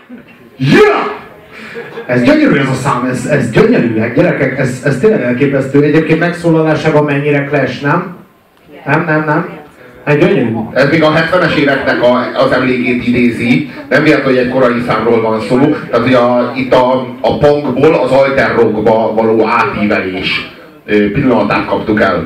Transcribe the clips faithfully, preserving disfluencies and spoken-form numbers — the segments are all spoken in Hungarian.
Ja! Ez gyönyörű ez a szám, ez, ez gyönyörű, gyerekek, ez, ez tényleg elképesztő. Egyébként megszólalásában mennyire Clash, nem? Nem, nem, nem. Hát gyönyörű. Ez még a hetvenes éveknek a, az emlékét idézi, nem véletlen, hogy egy korai számról van szó, tehát hogy a, itt a, a punkból az alter rockba való átívelés pillanatát kaptuk el.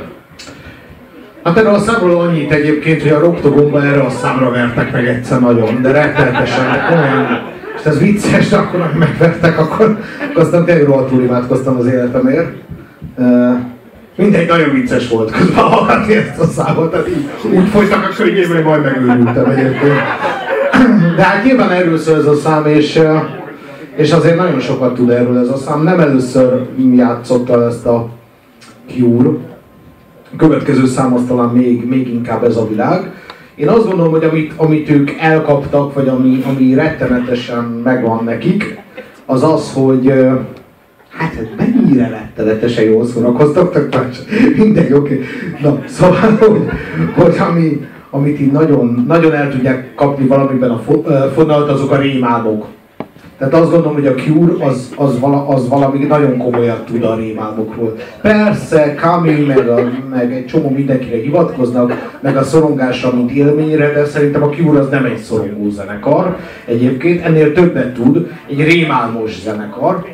Hát erről a számról annyit egyébként, hogy a Roktogomba erre a számra vertek meg egyszer nagyon, de rettenetesen, olyan, és ez vicces, de akkor, hogy megvertek, akkor, akkor aztán tényleg rohadtul imádkoztam az életemért. Uh, mindegy, nagyon vicces volt közben hallgatni ezt a számot, tehát így úgy folytak a könyvében, hogy majd megőrültem egyébként. De hát nyilván erről szól ez a szám, és, és azért nagyon sokat tud erről ez a szám. Nem először játszotta ezt a Cure. A következő szám az talán még, még inkább ez a világ. Én azt gondolom, hogy amit, amit ők elkaptak, vagy ami, ami rettenetesen megvan nekik, az az, hogy hát mennyire rettenetesen jól szórakoztattak, mindegy, oké. Okay. Na, szóval, hogy, hogy ami, amit így nagyon, nagyon el tudják kapni valamiben a fonalat, azok a rémálmok. Tehát azt gondolom, hogy a Cure az, az, vala, az valami nagyon komolyat tud a rémálmokról. Persze, Camille meg, a, meg egy csomó mindenkire hivatkoznak, meg a szorongásra, mint élményre, de szerintem a Cure az nem egy szorongó zenekar. Egyébként ennél többet tud, egy rémálmos zenekar.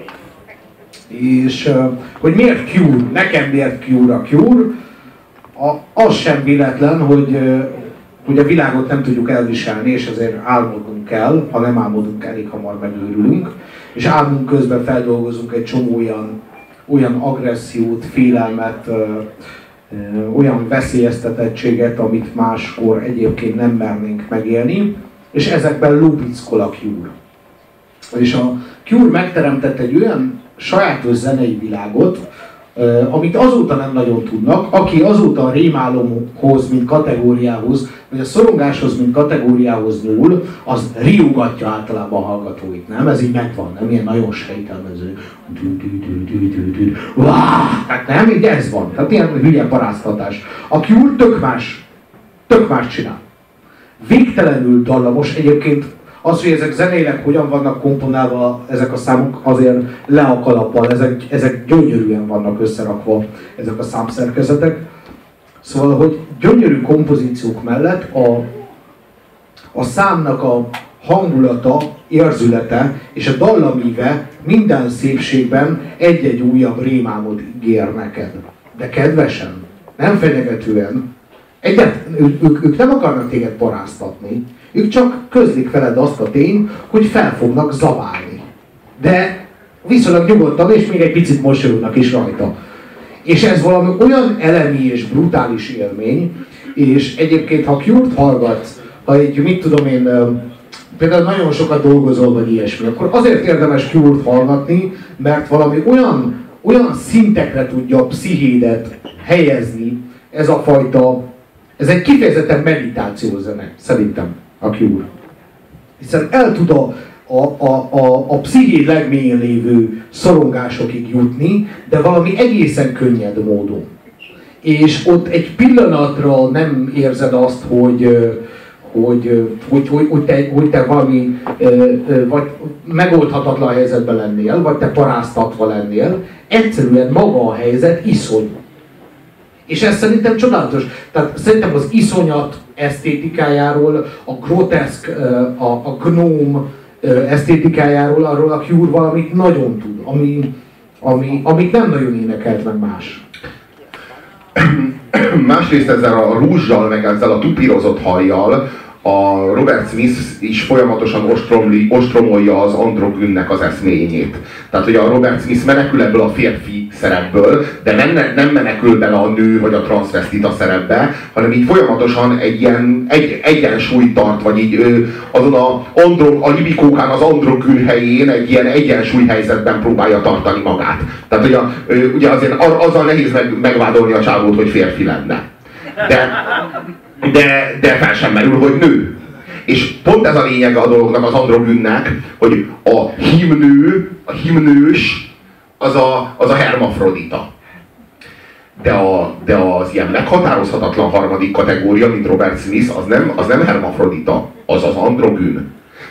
És hogy miért Cure? Nekem miért Cure a Cure? A, az sem véletlen, hogy hogy a világot nem tudjuk elviselni, és ezért álmodnunk kell, ha nem álmodunk, elég hamar megőrülünk, és álmunk közben feldolgozunk egy csomó olyan, olyan agressziót, félelmet, ö, ö, olyan veszélyeztetettséget, amit máskor egyébként nem mernénk megélni, és ezekben lubickol a Cure. És a Cure megteremtett egy olyan sajátos zenei világot, amit azóta nem nagyon tudnak, aki azóta a rémálomhoz, mint kategóriához, vagy a szorongáshoz, mint kategóriához nyúl, az riogatja általában a hallgatóit, nem? Ez így megvan, nem? Ilyen nagyon sejtelmező. Tehát nem, így ez van. Tehát ilyen hülye paráztatás. A Cure tök más, tök más csinál. Végtelenül dallamos, egyébként az, hogy ezek zeneileg hogyan vannak komponálva, ezek a számok azért le a kalappal, ezek, ezek gyönyörűen vannak összerakva, ezek a számszerkezetek. Szóval, hogy gyönyörű kompozíciók mellett a, a számnak a hangulata, érzülete és a dallamíve minden szépségben egy-egy újabb rémálmot ígér neked. De kedvesen, nem fenyegetően. Egyet, ők, ők, ők nem akarnak téged paráztatni. Ők csak közlik veled azt a tényt, hogy fel fognak zaválni. De viszonylag nyugodtan, és még egy picit mosolyognak is rajta. És ez valami olyan elemi és brutális élmény, és egyébként, ha Cure-t hallgatsz, ha egy, mit tudom én, például nagyon sokat dolgozol, vagy ilyesmi, akkor azért érdemes Cure-t hallgatni, mert valami olyan, olyan szintekre tudja a pszichédet helyezni ez a fajta, ez egy kifejezetten meditációzene, szerintem. A Cure. Hiszen el tud a, a, a, a, a psziché legmélyén lévő szorongásokig jutni, de valami egészen könnyed módon. És ott egy pillanatra nem érzed azt, hogy, hogy, hogy, hogy, hogy, te, hogy te valami vagy megoldhatatlan helyzetben lennél, vagy te paráztatva lennél. Egyszerűen maga a helyzet iszonyú. És ez szerintem csodálatos. Tehát szerintem az iszonyat esztétikájáról, a groteszk, a, a gnóm esztétikájáról, arról a Cure valamit nagyon tud, ami, ami, amit nem nagyon énekelt meg más. Másrészt ezzel a rúzsal, meg ezzel a tupírozott hajjal a Robert Smith is folyamatosan ostromli, ostromolja az androgynnek az eszményét. Tehát, hogy a Robert Smith menekül ebből a férfi szerepből, de nem, nem menekül bele a nő vagy a transzvestita szerepbe, hanem így folyamatosan egy ilyen egy, egyensúlyt tart, vagy így ő, azon a, andro, a libikókán az androgyn helyén egy ilyen egyensúly helyzetben próbálja tartani magát. Tehát, hogy a, ugye azért azzal nehéz meg, megvádolni a csávót, hogy férfi lenne. De De, de fel sem merül, hogy nő. És pont ez a lényege a dolognak, az androgynnek, hogy a himnő, a himnős, az a, az a hermafrodita. De, a, de az ilyen meghatározhatatlan harmadik kategória, mint Robert Smith, az nem, az nem hermafrodita, az az androgyn. Tehát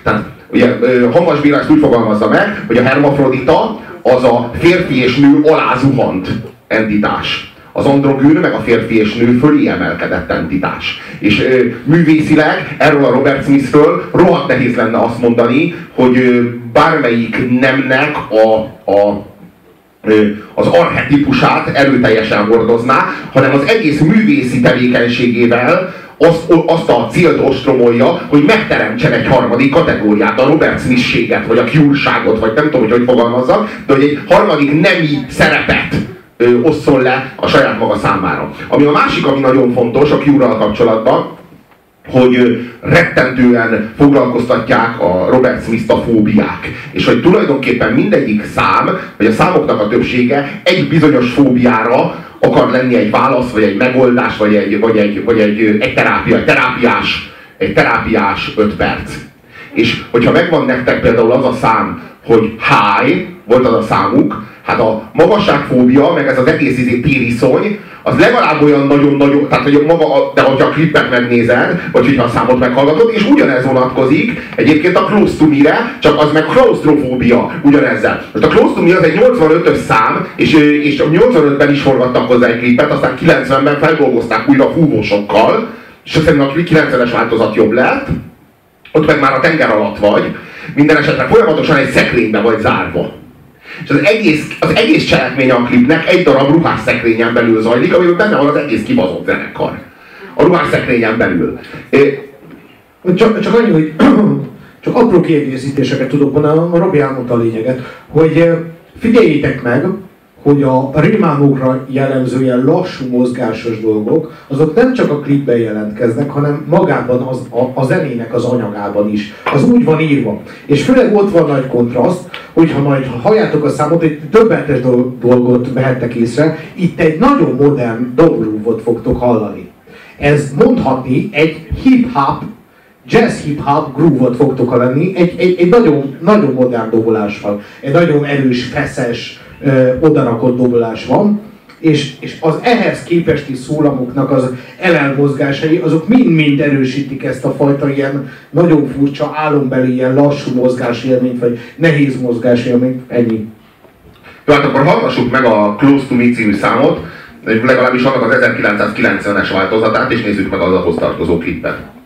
Ugye Hamvas Béla ezt úgy fogalmazza meg, hogy a hermafrodita az a férfi és nő alá zuhant entitás. Az androgyn meg a férfi és nő fölé emelkedett entitás. És ö, művészileg erről a Robert Smithről rohadt nehéz lenne azt mondani, hogy ö, bármelyik nemnek a, a, ö, az archetípusát erőteljesen hordozná, hanem az egész művészi tevékenységével azt, azt a célt ostromolja, hogy megteremtsen egy harmadik kategóriát, a Robert Smith-séget, vagy a Cure-ságot, vagy nem tudom, hogy hogy fogalmazzak, de hogy egy harmadik nemi szerepet ö, osszon le a saját maga számára. Ami a másik, ami nagyon fontos a Cure-ral kapcsolatban, hogy rettentően foglalkoztatják a Robert Smith-t a fóbiák. És hogy tulajdonképpen mindegyik szám, vagy a számoknak a többsége egy bizonyos fóbiára akar lenni egy válasz, vagy egy megoldás, vagy egy, vagy egy, vagy egy, egy terápia, egy terápiás, egy terápiás öt perc. És hogyha megvan nektek például az a szám, hogy high, volt az a számuk, hát a magasságfóbia, meg ez az egész izé tériszony, az legalább olyan nagyon-nagyon, tehát hogy maga, de hogyha a klippet megnézed, vagy hogyha a számot meghallgatod, és ugyanez vonatkozik egyébként a Close to Me-re, csak az meg klaustrofóbia ugyanezzel. Most a Close to Me az egy nyolcvanötös szám, és, és nyolcvanötben is forgattak hozzá egy klippet, aztán kilencvenben feldolgozták újra fúvósokkal, és aztán a kilencvenes változat jobb lett, ott meg már a tenger alatt vagy, minden esetre folyamatosan egy szekrénybe vagy zárva. És az egész, az egész cselekmény a klipnek egy darab ruhásszekrényen belül zajlik, amiben benne van az egész kibaszott zenekar. A ruhásszekrényen belül. Csak, csak annyi, hogy csak apró kiegészítéseket tudok mondani, a Robi elmondta a lényeget, hogy figyeljétek meg, hogy a rimánokra jellemző ilyen lassú mozgásos dolgok, azok nem csak a klipben jelentkeznek, hanem magában az, a, a zenének az anyagában is. Az úgy van írva. És főleg ott van nagy kontraszt, hogyha majd halljátok a számot, egy többetes dolgot vehettek észre, itt egy nagyon modern dob-groove-ot fogtok hallani. Ez mondhatni egy hip-hop, jazz hip-hop groove-ot fogtok hallani, egy, egy, egy nagyon, nagyon modern dobolással, egy nagyon erős, feszes, ö, odarakott dobolás van, és, és az ehhez képesti szólamoknak az elelmozgásai, azok mind-mind erősítik ezt a fajta ilyen nagyon furcsa, álombeli, ilyen lassú mozgásélményt, vagy nehéz mozgásélményt, ennyi. Jó, hát akkor hallgassuk meg a Close to Me című számot, legalábbis annak az ezerkilencszázkilencvenes változatát, és nézzük meg az ahhoz tartozó klippet.